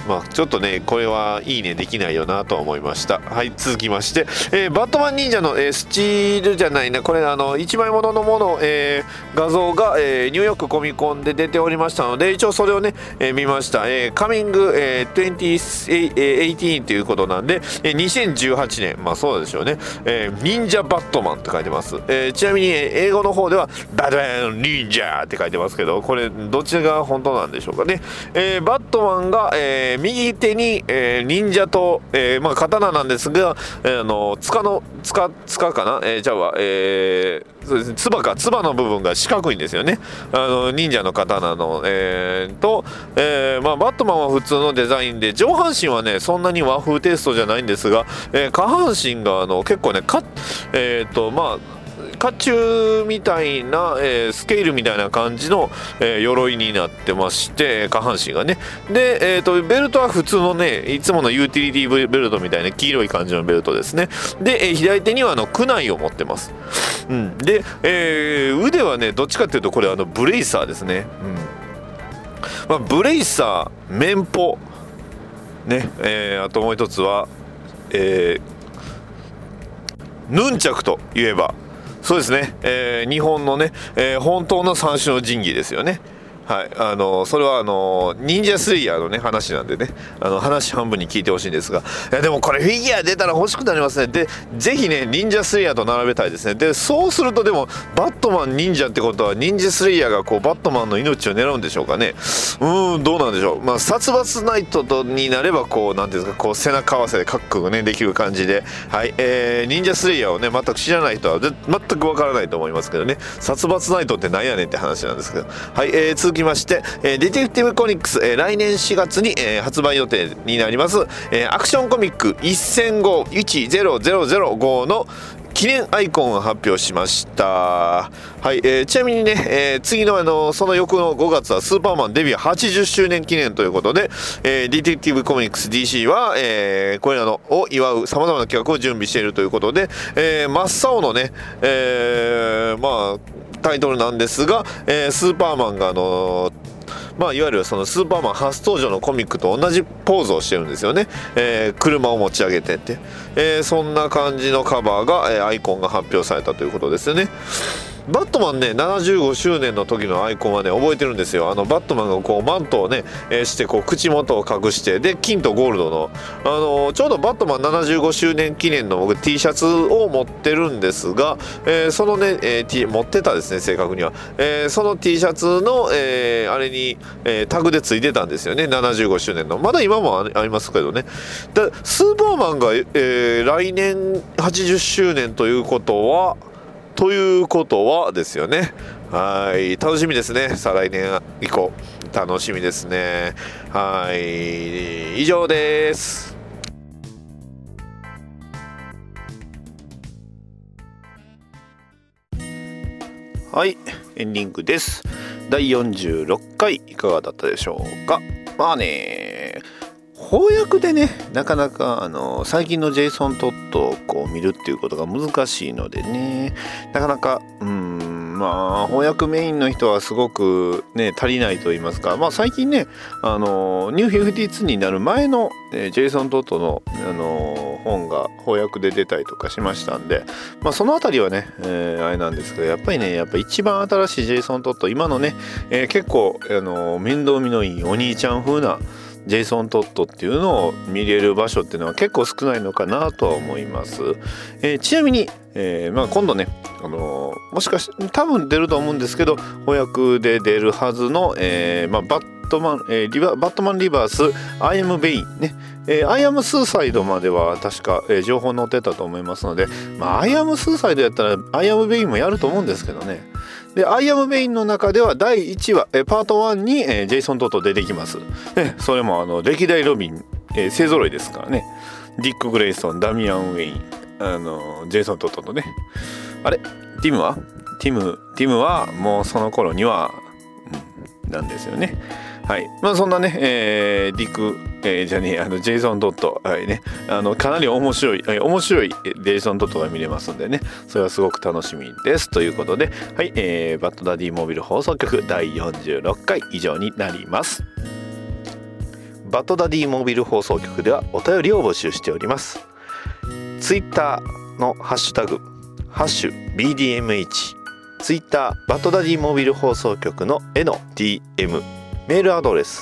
ちょっとねこれはいいねできないよなと思いました。はい、続きまして、バットマン忍者の、スチールじゃないな、これ1枚もののもの、画像が、ニューヨークコミコンで出ておりましたので、一応それをね、見ました。カミング、2018ということなんで、2018年、そうでしょうね、忍者バットマンって書いてます。ちなみに、英語の方ではバットマン忍者って書いてますけど、これどちらが本当なんでしょうかね。バットマンが、右手に、忍者と、刀なんですが、塚かな、じゃあそうですね、つばの部分が四角いんですよね。忍者の刀の、バットマンは普通のデザインで、上半身はねそんなに和風テイストじゃないんですが、下半身が結構ね甲冑みたいな、スケールみたいな感じの、鎧になってまして、下半身がねで、ベルトは普通のねいつものユーティリティベルトみたいな黄色い感じのベルトですね。で、左手にはクナイを持ってます。で、腕はねどっちかっていうとこれブレイサーですね。ブレイサー、メンポね、あともう一つは、ヌンチャクといえばそうですね、日本のね、本当の三種の神器ですよね。はい、それは忍者スレイヤーのね話なんでね、話半分に聞いてほしいんですが、でもこれフィギュア出たら欲しくなりますね。でぜひね忍者スレイヤーと並べたいですね。でそうするとでもバットマン忍者ってことは忍者スレイヤーがこうバットマンの命を狙うんでしょうかね。どうなんでしょう。殺伐ナイトになればこうなんていうんですか、こう背中合わせでカックがねできる感じで、はい、忍者スレイヤーをね全く知らない人は全くわからないと思いますけどね、殺伐ナイトってなんやねんって話なんですけど、はい、続きまして、ディテクティブコミックス、来年4月に、発売予定になります、アクションコミック1000号1000号の記念アイコンを発表しました。はい、ちなみにね、次のその翌の5月はスーパーマンデビュー80周年記念ということで、ディテクティブコミックス DC は、これらのを祝う様々な企画を準備しているということで、真っ青のね、タイトルなんですが、スーパーマンがいわゆるそのスーパーマン初登場のコミックと同じポーズをしてるんですよね。車を持ち上げてって、そんな感じのカバーが、アイコンが発表されたということですよね。バットマンね75周年の時のアイコンはね覚えてるんですよ。バットマンがこうマントをね、してこう口元を隠してで金とゴールドのちょうどバットマン75周年記念の僕 T シャツを持ってるんですが、そのね、持ってたですね正確には、その T シャツの、あれに、タグでついてたんですよね。75周年のまだ今もありますけどね。でスーパーマンが、来年80周年ということはですよね。はい、楽しみですね。再来年以降楽しみですね。はい、以上です。はい、エンディングです。第46回いかがだったでしょうか。翻訳でねなかなか最近のジェイソン・トッドをこう見るっていうことが難しいのでね、なかなか翻訳メインの人はすごくね足りないと言いますか、最近ねニュー52になる前の、ジェイソン・トッドの、本が翻訳で出たりとかしましたんで、そのあたりはね、あれなんですけど、やっぱり一番新しいジェイソン・トッド、今のね、結構面倒見のいいお兄ちゃん風なジェイソン・トッドっていうのを見れる場所っていうのは結構少ないのかなとは思います。ちなみに、今度ね、もしかして多分出ると思うんですけど、翻訳で出るはずの、バットマンリバース I am Bane ね、I am Suicide までは確か、情報載ってたと思いますので、I am Suicide やったら I am Bane もやると思うんですけどね。で、アイアムメインの中では第1話、パート1に、ジェイソン・トッド出てきます。それも歴代ロビン、勢ぞろいですからね。ディック・グレイソン、ダミアン・ウェイン、ジェイソン・トッドとね。あれティムはもうその頃には、なんですよね。はい、そんなね、ディック、ジェイソン・トッド、はいね、かなり面白いジェイソン・トッドが見れますんでね、それはすごく楽しみですということで、はい、バッドダディモービル放送局第46回以上になります。 バッドダディモービル放送局ではお便りを募集しております。ツイッターのハッシュタグハッシュ BDMH、 ツイッターバッドダディモービル放送局のへの DM、 メールアドレス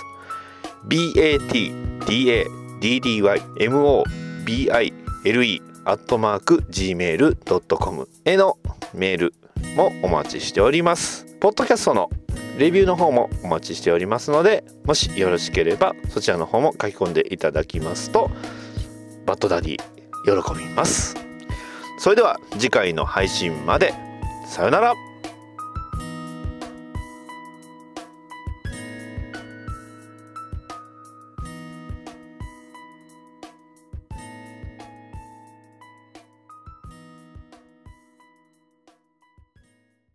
BATDADYMOBILE@gmail.com へのメールもお待ちしております。ポッドキャストのレビューの方もお待ちしておりますので、もしよろしければそちらの方も書き込んでいただきますとバッドダディ喜びます。それでは次回の配信まで、さよなら。